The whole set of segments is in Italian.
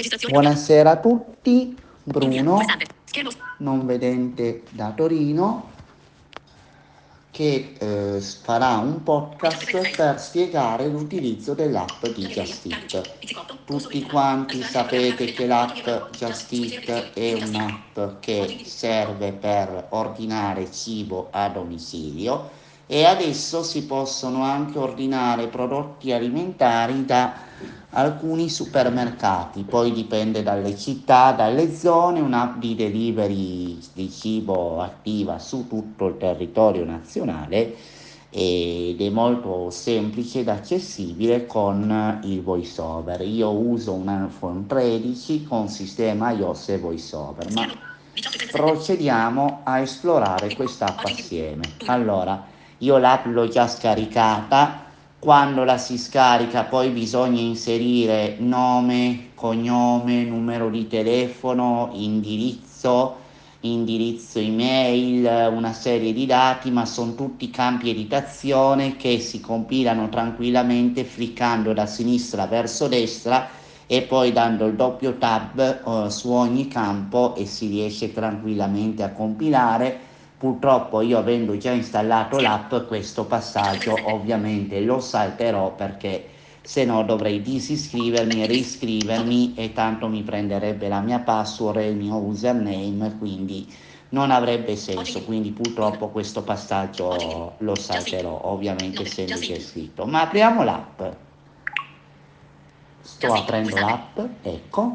Buonasera a tutti, Bruno, non vedente da Torino, che farà un podcast per spiegare l'utilizzo dell'app di Just Eat. Tutti quanti sapete che l'app Just Eat è un'app che serve per ordinare cibo a domicilio e adesso si possono anche ordinare prodotti alimentari da alcuni supermercati, poi dipende dalle città, dalle zone. Un'app di delivery di cibo attiva su tutto il territorio nazionale ed è molto semplice ed accessibile con il VoiceOver. Io uso un iPhone 13 con sistema iOS e VoiceOver, ma procediamo a esplorare quest'app assieme. Allora, io l'app l'ho già scaricata. Quando la si scarica poi bisogna inserire nome, cognome, numero di telefono, indirizzo email, una serie di dati, ma sono tutti campi editazione che si compilano tranquillamente cliccando da sinistra verso destra e poi dando il doppio tab su ogni campo e si riesce tranquillamente a compilare. Purtroppo io, avendo già installato l'app, questo passaggio ovviamente lo salterò perché se no dovrei disiscrivermi e riscrivermi e tanto mi prenderebbe la mia password e il mio username, quindi non avrebbe senso. Quindi purtroppo questo passaggio lo salterò, ovviamente essendo già iscritto. Ma apriamo l'app. Sto aprendo l'app, ecco.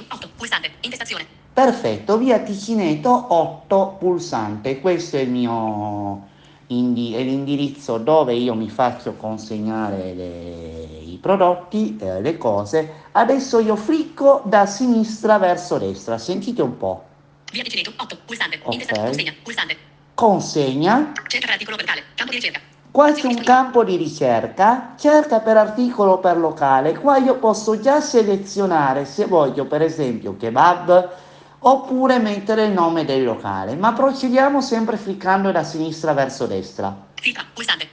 Perfetto, via Ticineto 8 pulsante. Questo è il mio è l'indirizzo dove io mi faccio consegnare i prodotti, le cose. Adesso io flicco da sinistra verso destra, sentite un po'. Via Ticineto 8 pulsante. Ok. Consegna pulsante. Consegna. Cerca per articolo per locale, campo di ricerca. Qua c'è un campo di ricerca, cerca per articolo per locale. Qua io posso già selezionare se voglio per esempio kebab oppure mettere il nome del locale, ma procediamo sempre cliccando da sinistra verso destra. Filtra, pulsante.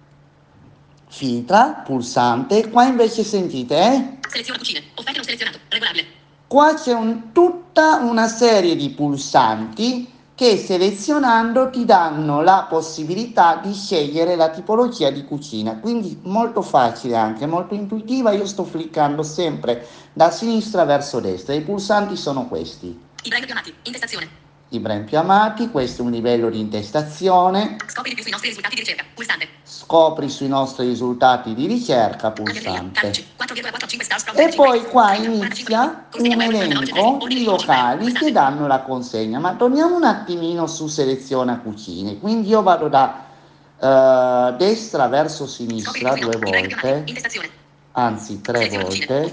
Filtra, pulsante. Qua invece sentite, seleziona cucine, offerte non selezionato, regolabile. Qua c'è tutta una serie di pulsanti che selezionando ti danno la possibilità di scegliere la tipologia di cucina, quindi molto facile, anche molto intuitiva. Io sto cliccando sempre da sinistra verso destra. I pulsanti sono questi: i brand più amati, intestazione. I brand più amati, questo è un livello di intestazione. Scopri di più sui nostri risultati di ricerca, pulsante. Scopri sui nostri risultati di ricerca, pulsante. E poi qua inizia un elenco di locali che danno la consegna. Ma torniamo un attimino su seleziona cucine. Quindi io vado da destra verso sinistra 2 volte, anzi 3 volte.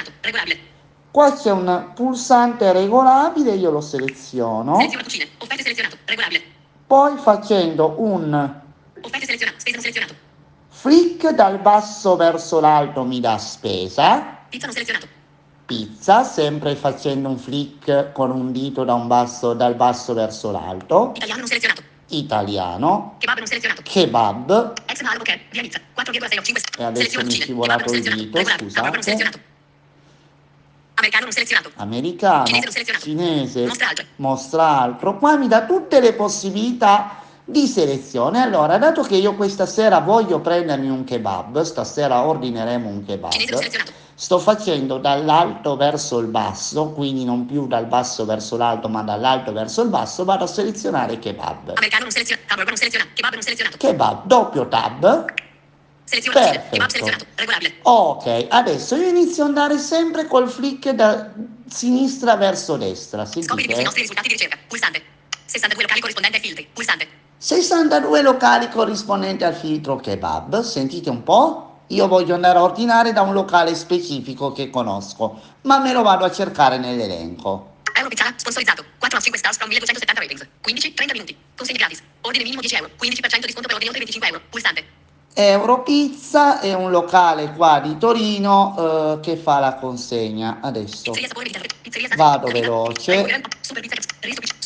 Qua c'è un pulsante regolabile, io lo seleziono. Seleziona cucine, offerte selezionato, regolabile. Poi facendo un offerte selezionato, spesa non selezionato. Flick dal basso verso l'alto mi dà spesa. Pizza non selezionato. Pizza, sempre facendo un flick con un dito dal basso verso l'alto. Italiano non selezionato. Italiano. Kebab non selezionato. Kebab. Ex Malvo che via Nizza 4,05. E adesso mi è scivolato il dito, scusate. Americano non selezionato. Americano. Cinese non selezionato. Cinese. Mostra altro. Qua mi dà tutte le possibilità di selezione. Allora, dato che io questa sera voglio prendermi un kebab, stasera ordineremo un kebab. Cinese non selezionato. Sto facendo dall'alto verso il basso, quindi non più dal basso verso l'alto, ma dall'alto verso il basso. Vado a selezionare kebab. Americano non selezionato. Kebab non selezionato. Kebab non selezionato. Kebab, doppio tab. Perfetto. Ok, adesso io inizio ad andare sempre col flick da sinistra verso destra. Scopri i nostri risultati di ricerca. Pulsante. 62 locali corrispondenti ai filtri. Pulsante. 62 locali corrispondenti al filtro kebab. Sentite un po'. Io voglio andare a ordinare da un locale specifico che conosco, ma me lo vado a cercare nell'elenco. Europizza, sponsorizzato. 4 a 5 stars from 1270 ratings. 15-30 minuti. Consegna gratis. Ordine minimo 10 euro. 15% di sconto per ordine oltre 25 euro. Pulsante. Europizza è un locale qua di Torino che fa la consegna. Adesso vado veloce.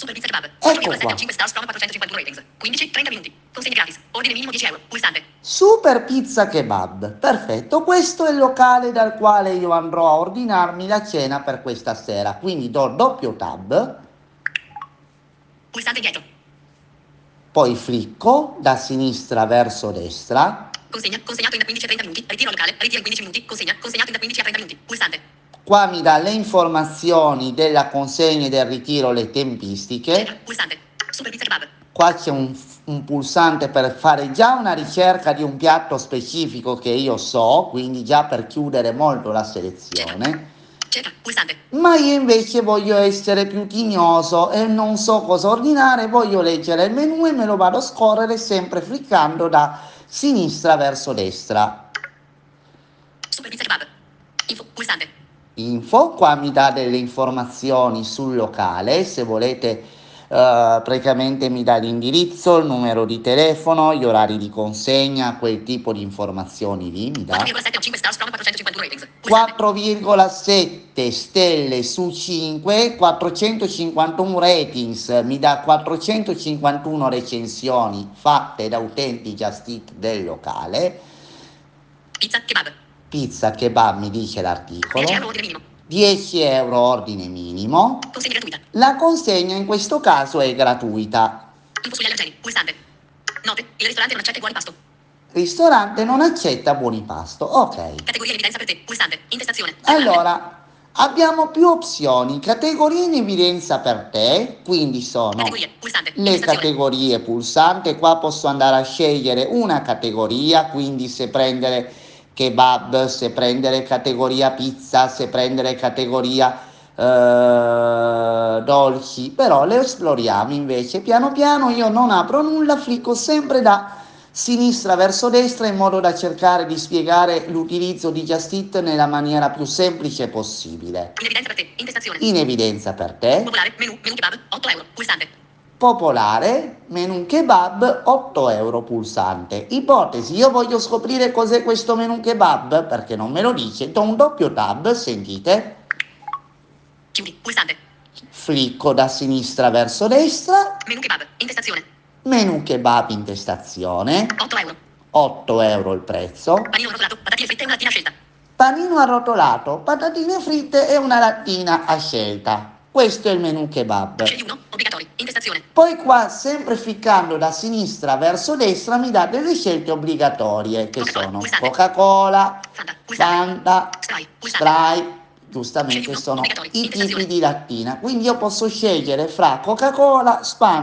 Ecco qua. 5 stars from 451 ratings. 15, 30 minuti. Consegna gratis. Ordine minimo 10 euro. Pulsante. Super Pizza Kebab. Perfetto, questo è il locale dal quale io andrò a ordinarmi la cena per questa sera. Quindi do doppio tab. Pulsante indietro. Poi flicco da sinistra verso destra. Consegnato in da 15 a 30 minuti. Ritiro locale. Ritiro in 15 minuti. Consegnato in da 15 a 30 minuti. Pulsante. Qua mi dà le informazioni della consegna e del ritiro, le tempistiche. Pulsante. Super Pizza Kebab. Qua c'è un pulsante per fare già una ricerca di un piatto specifico che io so, quindi già per chiudere molto la selezione. Pulsante. Ma io invece voglio essere più tignoso e non so cosa ordinare, voglio leggere il menu e me lo vado a scorrere sempre cliccando da sinistra verso destra. Super Pizza Kebab. Info, pulsante. Info, qua mi dà delle informazioni sul locale, se volete praticamente mi dà l'indirizzo, il numero di telefono, gli orari di consegna, quel tipo di informazioni lì mi dà. 4,7 o 5 stars from 451 ratings. 4,7 stelle su 5, 451 ratings, mi dà 451 recensioni fatte da utenti Just Eat del locale. Pizza Kebab mi dice l'articolo. 10 euro ordine minimo. 10 euro ordine minimo. Consegna gratuita. La consegna in questo caso è gratuita. Info sugli allergeni. Pulsante. Note. Il ristorante non accetta buoni pasto. Ristorante non accetta buoni pasto. Ok. Categoria in evidenza per te. Pulsante. Intestazione. Allora, abbiamo più opzioni. Categorie in evidenza per te, quindi sono categorie. Pulsante. le categorie pulsante. Qua posso andare a scegliere una categoria, quindi se prendere kebab, se prendere categoria pizza, se prendere categoria dolci, però le esploriamo invece piano piano. Io non apro nulla, flicco sempre da sinistra verso destra in modo da cercare di spiegare l'utilizzo di Just Eat nella maniera più semplice possibile. In evidenza per te. Intestazione. In evidenza per te. Popolare. Menu kebab. 8 euro. Pulsante. Popolare, menu kebab, 8 euro pulsante. Ipotesi, io voglio scoprire cos'è questo menu kebab perché non me lo dice. Do un doppio tab, sentite. Chiudi. Pulsante. Flicco da sinistra verso destra. Menu kebab. Intestazione. Menu kebab intestazione. 8 euro. 8 euro il prezzo. Panino arrotolato. Patatine fritte e una lattina a scelta. Panino arrotolato, patatine fritte e una lattina a scelta. Questo è il menu kebab. Scegli uno. Obbligatori. Intestazione. Poi qua, sempre cliccando da sinistra verso destra, mi dà delle scelte obbligatorie che sono Coca-Cola, Fanta, Sprite. Giustamente sono i tipi di lattina, quindi io posso scegliere fra Coca-Cola,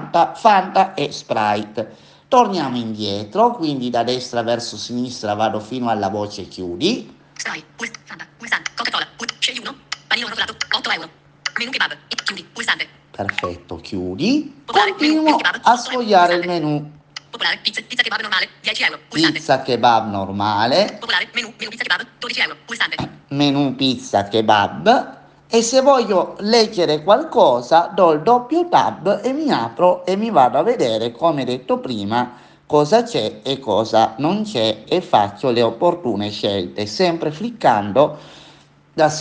Fanta e Sprite. Torniamo indietro, quindi da destra verso sinistra vado fino alla voce chiudi. Sprite, Fanta, pulsante, Coca-Cola, scegli uno, panino arrotolato, 8 euro. Menu kebab, chiudi, pulsante. Perfetto, chiudi. Continuo a sfogliare il menu. Popolare, pizza kebab normale, 10 euro, pulsante. Pizza kebab normale. Popolare, menu pizza kebab, 12 euro, pulsante. Menu pizza kebab. E se voglio leggere qualcosa do il doppio tab e mi apro e mi vado a vedere, come detto prima, cosa c'è e cosa non c'è e faccio le opportune scelte, sempre cliccando da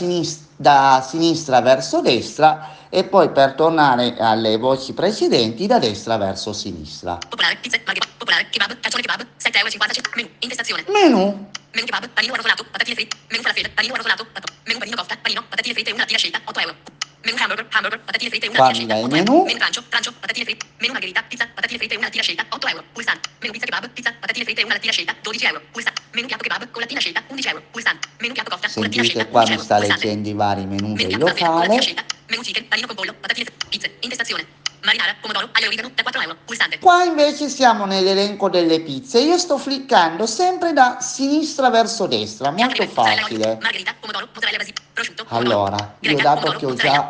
sinistra verso destra e poi per tornare alle voci precedenti da destra verso sinistra. Popolare, pizza, popolare, kebab, calzone kebab, 7,50 euro, menu, intestazione. Menu. Menu kebab, panino arrotolato, patatine fritte, menu falafel, panino arrotolato, menu panino kofta, panino, patatine fritte e una lattina scelta, 8 euro. Menu hamburger, patatine fritte e una lattina scelta, 8 euro. Menu prancio, patatine fritte, menu margherita, pizza, patatine fritte e una lattina scelta, 8 euro. Pulsante. Menu pizza kebab, pizza, patatine fritte e una lattina scelta, 12 euro. Pulsante. Menu piatto kebab con lattina scelta, 11 euro. Pulsante. Menu piatto kofta con lattina scelta, 11 euro. Sentite qua mi sta leggendo i vari menu del locale. Menu chicken, panino con pollo, patatine fritte, pizze, intestazione. Marinara, pomodoro, aglio origano, da 4 euro. Pulsante. Qua invece siamo nell'elenco delle pizze. Io sto cliccando sempre da sinistra verso destra, molto facile. Margherita, pomodoro, mozzarella, basilico, prosciutto. Allora, io dato che ho già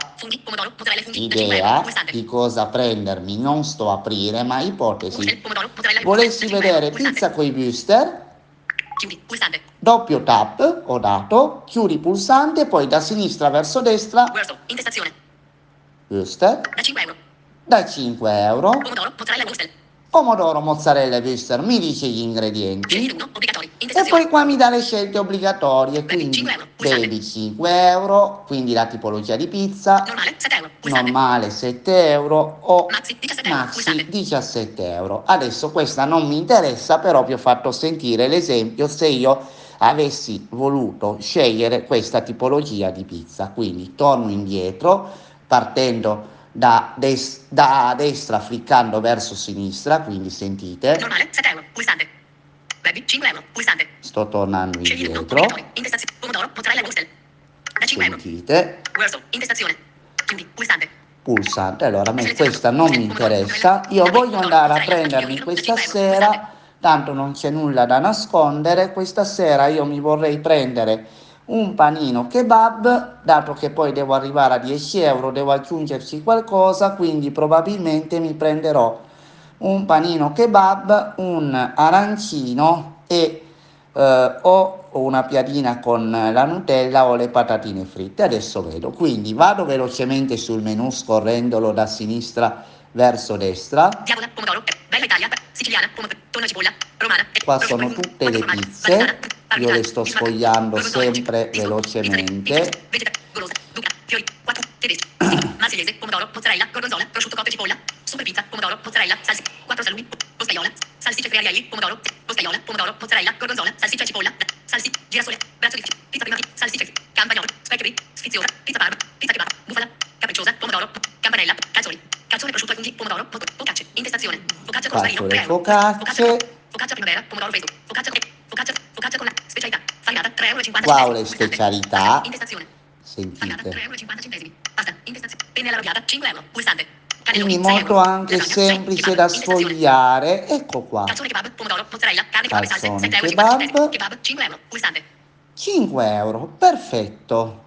idea di cosa prendermi, non sto a aprire, ma ipotesi. Volessi vedere pizza coi wuster? Chiudi, pulsante. Doppio tap, ho dato, chiudi pulsante, poi da sinistra verso destra. Intestazione. Wuster. Da 5 euro. Da 5 euro. Pomodoro, mozzarella, wurstel. Pomodoro, mozzarella e Worcester mi dice gli ingredienti e poi qua mi dà le scelte obbligatorie, quindi bevi 5 euro, quindi la tipologia di pizza, normale 7 euro o maxi 17 euro. Adesso questa non mi interessa, però vi ho fatto sentire l'esempio se io avessi voluto scegliere questa tipologia di pizza. Quindi torno indietro partendo da destra cliccando verso sinistra, quindi sentite. Normale, 7 euro, pulsante. Baby, 5 euro, pulsante. Sto tornando indietro. Pomodoro, mozzarella, Worcester. Da 5 euro. Sentite. Worcester, intestazione. Chiudi, pulsante. Pulsante, allora a me questa non mi interessa, io voglio andare a prendermi questa sera, tanto non c'è nulla da nascondere, questa sera io mi vorrei prendere un panino kebab, dato che poi devo arrivare a 10 euro, devo aggiungerci qualcosa, quindi probabilmente mi prenderò un panino kebab, un arancino e o una piadina con la Nutella o le patatine fritte. Adesso vedo, quindi vado velocemente sul menù scorrendolo da sinistra verso destra. Diavola, pomodoro, bella Italia, siciliana, tonno cipolla, romana. Qua sono tutte le pizze, io le sto sfogliando sempre velocemente. Golosa, duca, fiori, 4, tedesco, marsigliese, pomodoro, mozzarella, gorgonzola, prosciutto cotto e cipolla, super pizza, pomodoro, mozzarella, salsi, 4 salumi, boscaiola, salsicce friarielli, pomodoro, boscaiola, pomodoro, mozzarella, gorgonzola, salsiccia e cipolla, salsi, girasole, braccio di pizza prima, salsicce, campagnolo, spaghetti, sfiziosa, pizza parma, pizza kebab, bufala, capricciosa, pomodoro, campanella, calzoli, calzone prosciutto e funghi, pomodoro, focacce, intestazione, focaccia con sbarino, focaccia primavera, pomodoro fresco, focaccia con la specialità, farinata, 3,50 euro. Wow, le specialità. Intestazione. Sentite. 3,50 euro. Basta. Intestazione. Penne arrabbiata, 5 euro. Pulsante. Quindi molto anche semplice da sfogliare. Ecco qua. Calzone kebab, pomodoro, mozzarella, carne kebab e salse, Calzone 7,50 kebab. euro. Kebab, 5 euro. Pulsante. 5 euro, perfetto.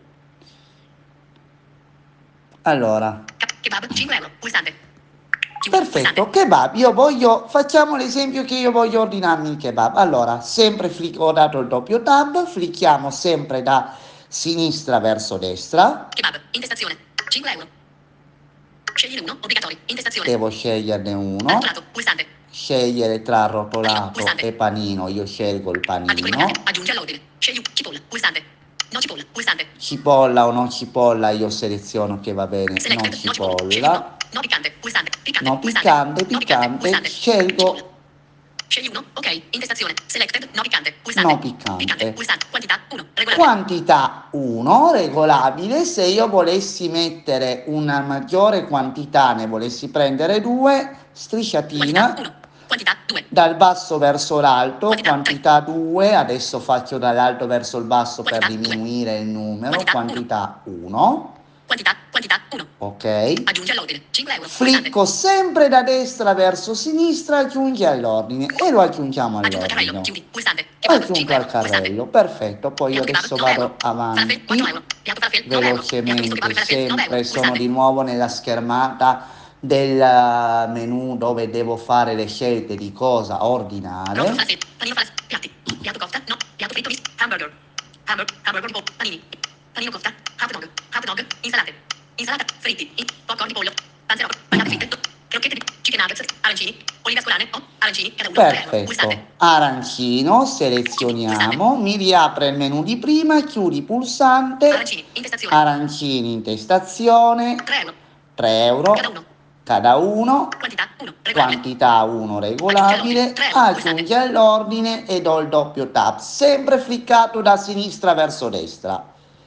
Allora. Kebab, 5 euro. Pulsante. Perfetto, kebab, facciamo l'esempio che io voglio ordinarmi il kebab. Allora, sempre ho dato il doppio tab, flicchiamo sempre da sinistra verso destra. Kebab, intestazione, 5 euro. Scegliere uno, obbligatori, intestazione. Devo sceglierne uno. Arrotolato, pulsante. Scegliere tra arrotolato e panino, io scelgo il panino. Aggiungi all'ordine, scegli cipolla, pulsante. No cipolla, pulsante. Cipolla o non cipolla, io seleziono che va bene, non cipolla. No piccante, pulsante. No piccante, scelgo. Scegli uno, ok, intestazione, selected, no piccante, pulsante. No piccante. Pulsante, quantità 1, regolabile. Quantità 1, regolabile. Se io volessi mettere una maggiore quantità, ne volessi prendere 2, strisciatina. Quantità 1. Quantità 2. Dal basso verso l'alto, quantità 2, adesso faccio dall'alto verso il basso per diminuire il numero, quantità 1. Quantità 1. Ok. Aggiungi all'ordine, 5 euro. Flicco sempre da destra verso sinistra, aggiungi all'ordine e lo aggiungiamo all'ordine. Aggiungo al carrello, perfetto, poi io adesso vado avanti, velocemente, sempre sono di nuovo nella schermata del menu dove devo fare le scelte di cosa ordinare. Piatto kofta, no, piatto fritto, hamburger, panini, panino kofta, hot dog, insalata, fritti, popcorn di pollo, panzerotto, patate fritte, crocchette di chicken nuggets, arancini, olive ascolane o arancini, cada uno. Perfetto, arancino, selezioniamo, mi riapre il menu di prima, chiudi pulsante, arancini, intestazione, 3 euro. Cada uno, quantità 1 regolabile, aggiungi all'ordine e do il doppio tap, sempre fliccato da sinistra verso destra.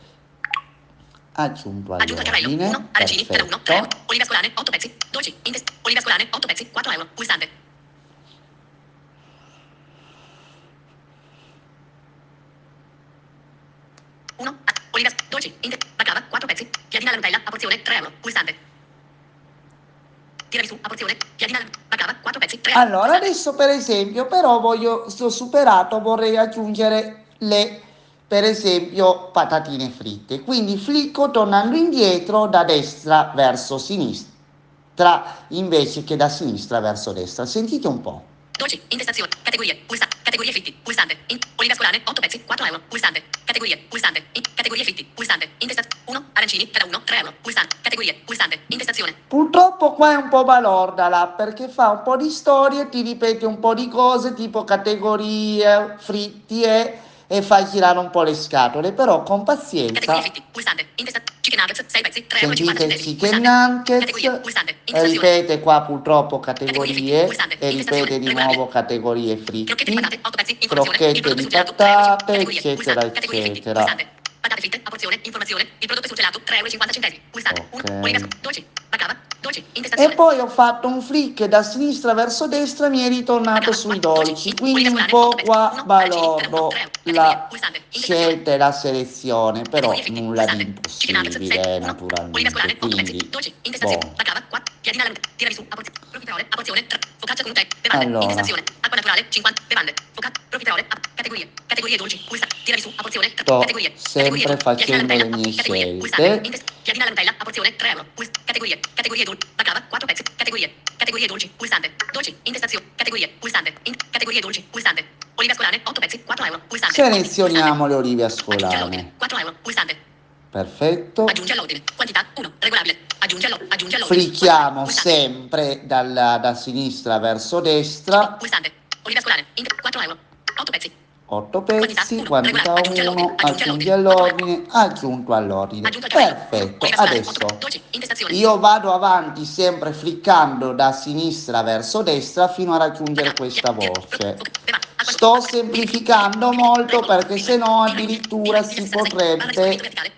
Aggiunto all'ordine, perfetto. Olive ascolane, 8 pezzi, dolci, olive ascolane, 8 pezzi, 4 euro, pulsante. Olive, dolci, baccava, 4 pezzi, piadina alla Nutella, a porzione, 3 euro, pulsante. Tiramisù a porzione, piadina baccava, 4 pezzi, 3. Allora adesso per esempio però sto superato, vorrei aggiungere per esempio patatine fritte, quindi flicco tornando indietro da destra verso sinistra invece che da sinistra verso destra. Sentite un po'. Dolci, intestazione, categorie, categorie fritti, pulsante, olive ascolane, 8 pezzi, 4 euro, pulsante, categorie, pulsante, categorie fritti, pulsante, intestazione, 1, arancini, cada uno, 3 euro, pulsante, categorie, pulsante, intestazione. Purtroppo qua è un po' balorda l'app perché fa un po' di storie, ti ripete un po' di cose tipo categorie, fritti e fa girare un po' le scatole, però con pazienza. Fritti, pulsante, chicken nuggets, 6 pezzi, 3,50 Sentite chicken nuggets, ripete qua purtroppo categorie e ripete di nuovo categorie fritti, crocchette di patate, eccetera, eccetera. Patate fritte, a porzione, informazione, il prodotto è surgelato, 3,50 €, pulsante, 1, olivia, dolci, bacava, dolci, e poi ho fatto un flick da sinistra verso destra e mi è ritornato sui dolci, quindi un po' qua balordo la scelta e la selezione, però nulla di impossibile naturalmente, quindi allora, sto sempre facendo le mie scelte. Piadina alla Nutella, a porzione, 3 €. Categorie dolci, bacava, 4 pezzi, categorie dolci, pulsante, dolci, intestazione, pulsante, categorie dolci, pulsante, olive ascolane, 8 pezzi, 4 €, pulsante. Selezioniamo le olive ascolane. 4 €, pulsante. Perfetto. Aggiungi all'ordine, quantità 1, regolabile, aggiungi all'ordine. Flicchiamo sempre da sinistra verso destra. Pulsante, olive ascolane, 4 €, 8 pezzi. 8 pezzi, quantità 1, aggiungi all'ordine, aggiunto all'ordine. Perfetto, adesso io vado avanti sempre fliccando da sinistra verso destra fino a raggiungere questa voce. Sto semplificando molto perché sennò addirittura si potrebbe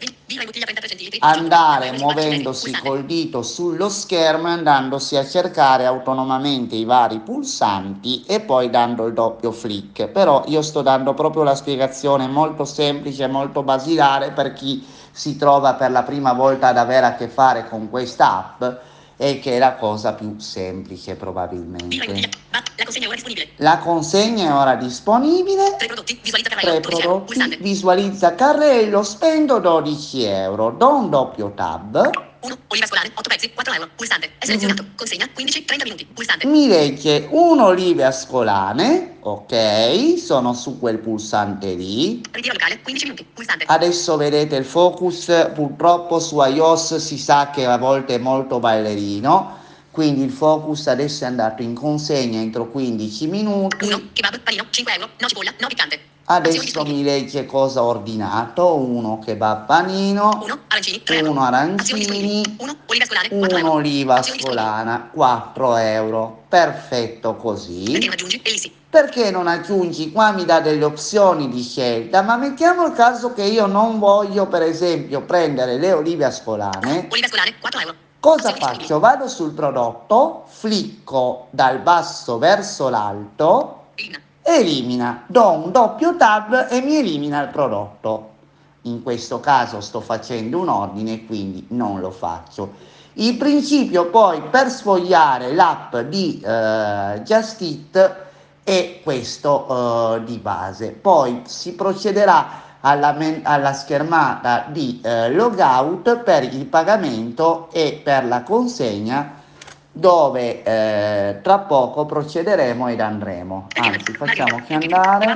andare muovendosi col dito sullo schermo e andandosi a cercare autonomamente i vari pulsanti e poi dando il doppio flick. Però io sto dando proprio la spiegazione molto semplice, molto basilare per chi si trova per la prima volta ad avere a che fare con questa app e che è la cosa più semplice probabilmente. La consegna è ora disponibile. 3 prodotti, visualizza carrello, spendo 12 €, do un doppio tab. 1, olive ascolane, 8 pezzi, 4 €, pulsante, è selezionato, consegna, 15-30 minuti, pulsante. Mi legge un olive ascolane, ok, sono su quel pulsante lì. Ritiro locale, 15 minuti, pulsante. Adesso vedete il focus, purtroppo su iOS si sa che a volte è molto ballerino, quindi il focus adesso è andato in consegna entro 15 minuti. 1, kebab, panino, 5 €, no cipolla, no piccante. Adesso mi legge cosa ho ordinato, 1 kebab panino, 1 arancini, 1 arancini, 1 olive ascolane, 1 oliva ascolana, 4 €. Perfetto così. Perché non aggiungi? Ellissi. Perché non aggiungi? Qua mi dà delle opzioni di scelta, ma mettiamo il caso che io non voglio per esempio prendere le olive ascolane. Olive ascolane, 4 €. Cosa faccio? Vado sul prodotto, flicco dal basso verso l'alto, elimina, do un doppio tab e mi elimina il prodotto. In questo caso sto facendo un ordine, quindi non lo faccio. Il principio poi per sfogliare l'app di Just Eat è questo di base. Poi si procederà alla schermata di logout per il pagamento e per la consegna, dove tra poco procederemo ed andremo. Anzi, facciamo che andare.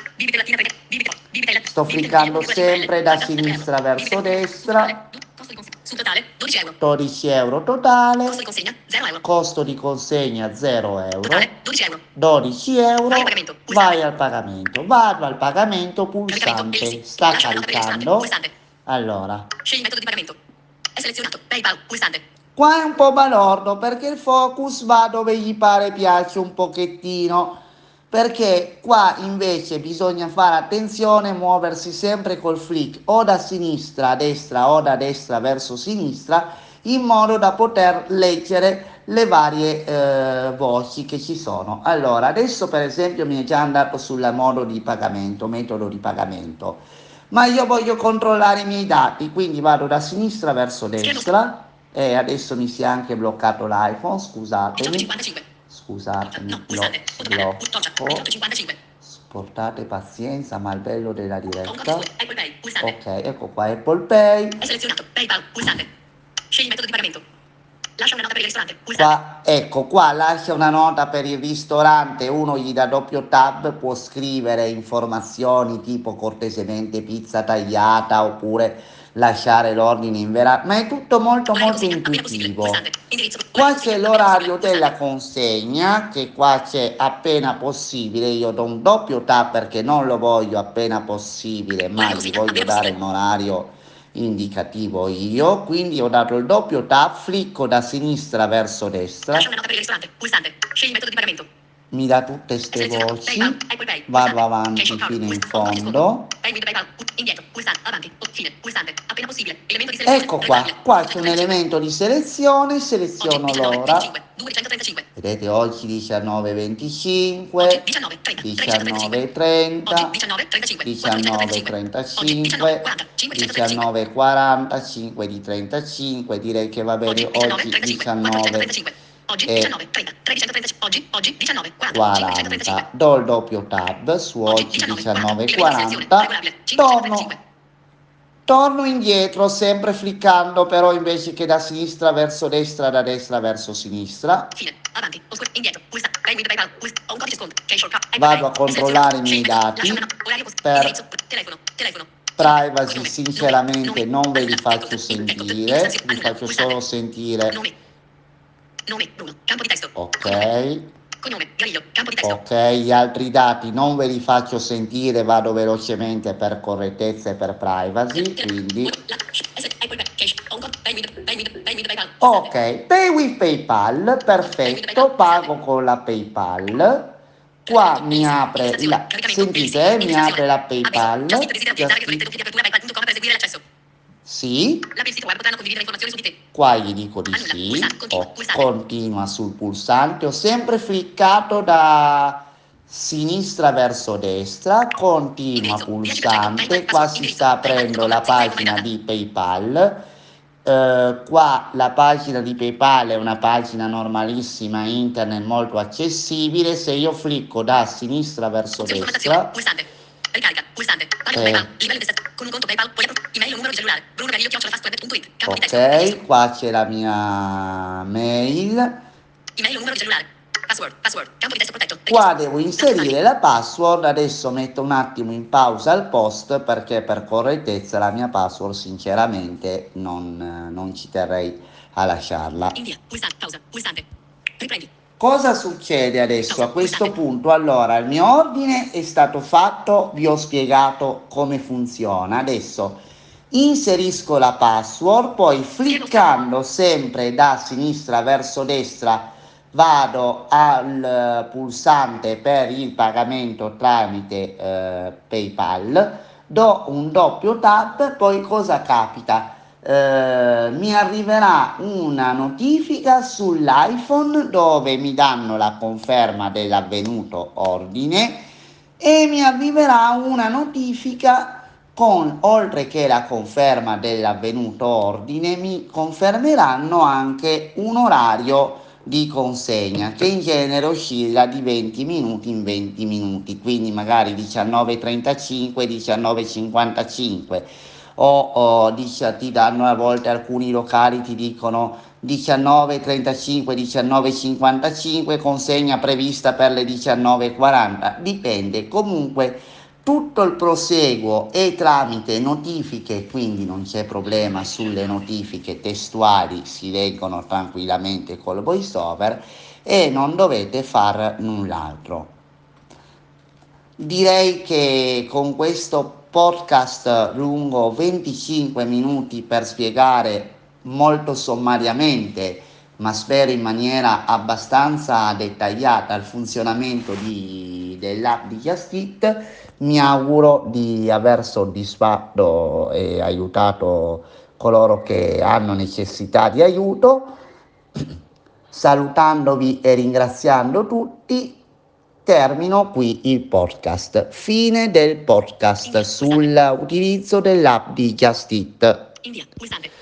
Sto cliccando sempre da sinistra verso destra. Costo di consegna 12 €. 12 € totale. Costo di consegna 0 €. Costo di consegna 0 €. Totale 12 €. 12 €. Vai al pagamento. Vai al pagamento. Vado al pagamento, pulsante. Sta caricando. Allora. Scegli metodo di pagamento. È selezionato. PayPal, pulsante. Qua è un po' balordo perché il focus va dove gli pare piace un pochettino, perché qua invece bisogna fare attenzione, muoversi sempre col flick o da sinistra a destra o da destra verso sinistra, in modo da poter leggere le varie voci che ci sono. Allora, adesso per esempio mi è già andato sul metodo di pagamento, ma io voglio controllare i miei dati, quindi vado da sinistra verso destra. E adesso mi si è anche bloccato l'iPhone, scusatemi, blocco, portate pazienza, ma il bello della diretta. Ok, ecco qua Apple Pay. È selezionato. PayPal, pulsante. Scegli metodo di pagamento. Lascia una nota per il ristorante, qua, ecco qua, lascia una nota per il ristorante, uno gli dà doppio tab, può scrivere informazioni tipo cortesemente pizza tagliata oppure lasciare l'ordine in vera, ma è tutto molto intuitivo. Qua c'è l'orario della consegna, che qua c'è appena possibile. Io do un doppio tap perché non lo voglio appena possibile, ma gli voglio dare un orario indicativo io, quindi ho dato il doppio tap, flicco da sinistra verso destra, mi dà tutte ste voci, vado avanti fino in fondo. Ecco qua c'è un elemento di selezione, seleziono l'ora. Vedete, oggi 19:25, 19:30, 19:35, 19:45 di 35, direi che va bene oggi 19 e 40. Do il doppio tab su oggi 19:40, torno indietro sempre fliccando, però invece che da sinistra verso destra, da destra verso sinistra. Vado a controllare i miei dati. Per privacy sinceramente non ve li faccio sentire, vi faccio solo sentire. Ok. Ok, gli altri dati non ve li faccio sentire, vado velocemente per correttezza e per privacy, quindi ok, pay with PayPal, perfetto, pago con la PayPal. Qua mi apre la, sentite, mi apre la PayPal. Sì. Qua gli dico di sì, continua sul pulsante, ho sempre cliccato da sinistra verso destra, continua pulsante, qua si sta aprendo la pagina di PayPal. Qua la pagina di PayPal è una pagina normalissima, internet molto accessibile. Se io clicco da sinistra verso destra, ricarica, pulsante, livello con un conto PayPal, email o numero di cellulare, brunogaglio@fastweb.it. Ok, qua c'è la mia mail. Email o numero di cellulare. Password, campo di testo protetto. Qua devo inserire la password, adesso metto un attimo in pausa il post perché per correttezza la mia password sinceramente non ci terrei a lasciarla. Invia, pausa, pulsante, riprendi. Cosa succede adesso a questo punto? Allora, il mio ordine è stato fatto, vi ho spiegato come funziona. Adesso inserisco la password, poi cliccando sempre da sinistra verso destra vado al pulsante per il pagamento tramite PayPal, do un doppio tap, poi cosa capita? Mi arriverà una notifica sull'iPhone dove mi danno la conferma dell'avvenuto ordine e mi arriverà una notifica con, oltre che la conferma dell'avvenuto ordine, mi confermeranno anche un orario di consegna che in genere oscilla di 20 minuti in 20 minuti, quindi magari 19:35, 19:55 o ti danno a volte alcuni locali ti dicono 19:35, 19:55, consegna prevista per le 19:40, dipende. Comunque tutto il proseguo è tramite notifiche, quindi non c'è problema sulle notifiche testuali, si leggono tranquillamente col voice over e non dovete far null'altro. Direi che con questo podcast lungo 25 minuti per spiegare molto sommariamente, ma spero in maniera abbastanza dettagliata, il funzionamento dell'app di Just Eat, mi auguro di aver soddisfatto e aiutato coloro che hanno necessità di aiuto. Salutandovi e ringraziando tutti, termino qui il podcast. Fine del podcast sull'utilizzo dell'app di Just Eat.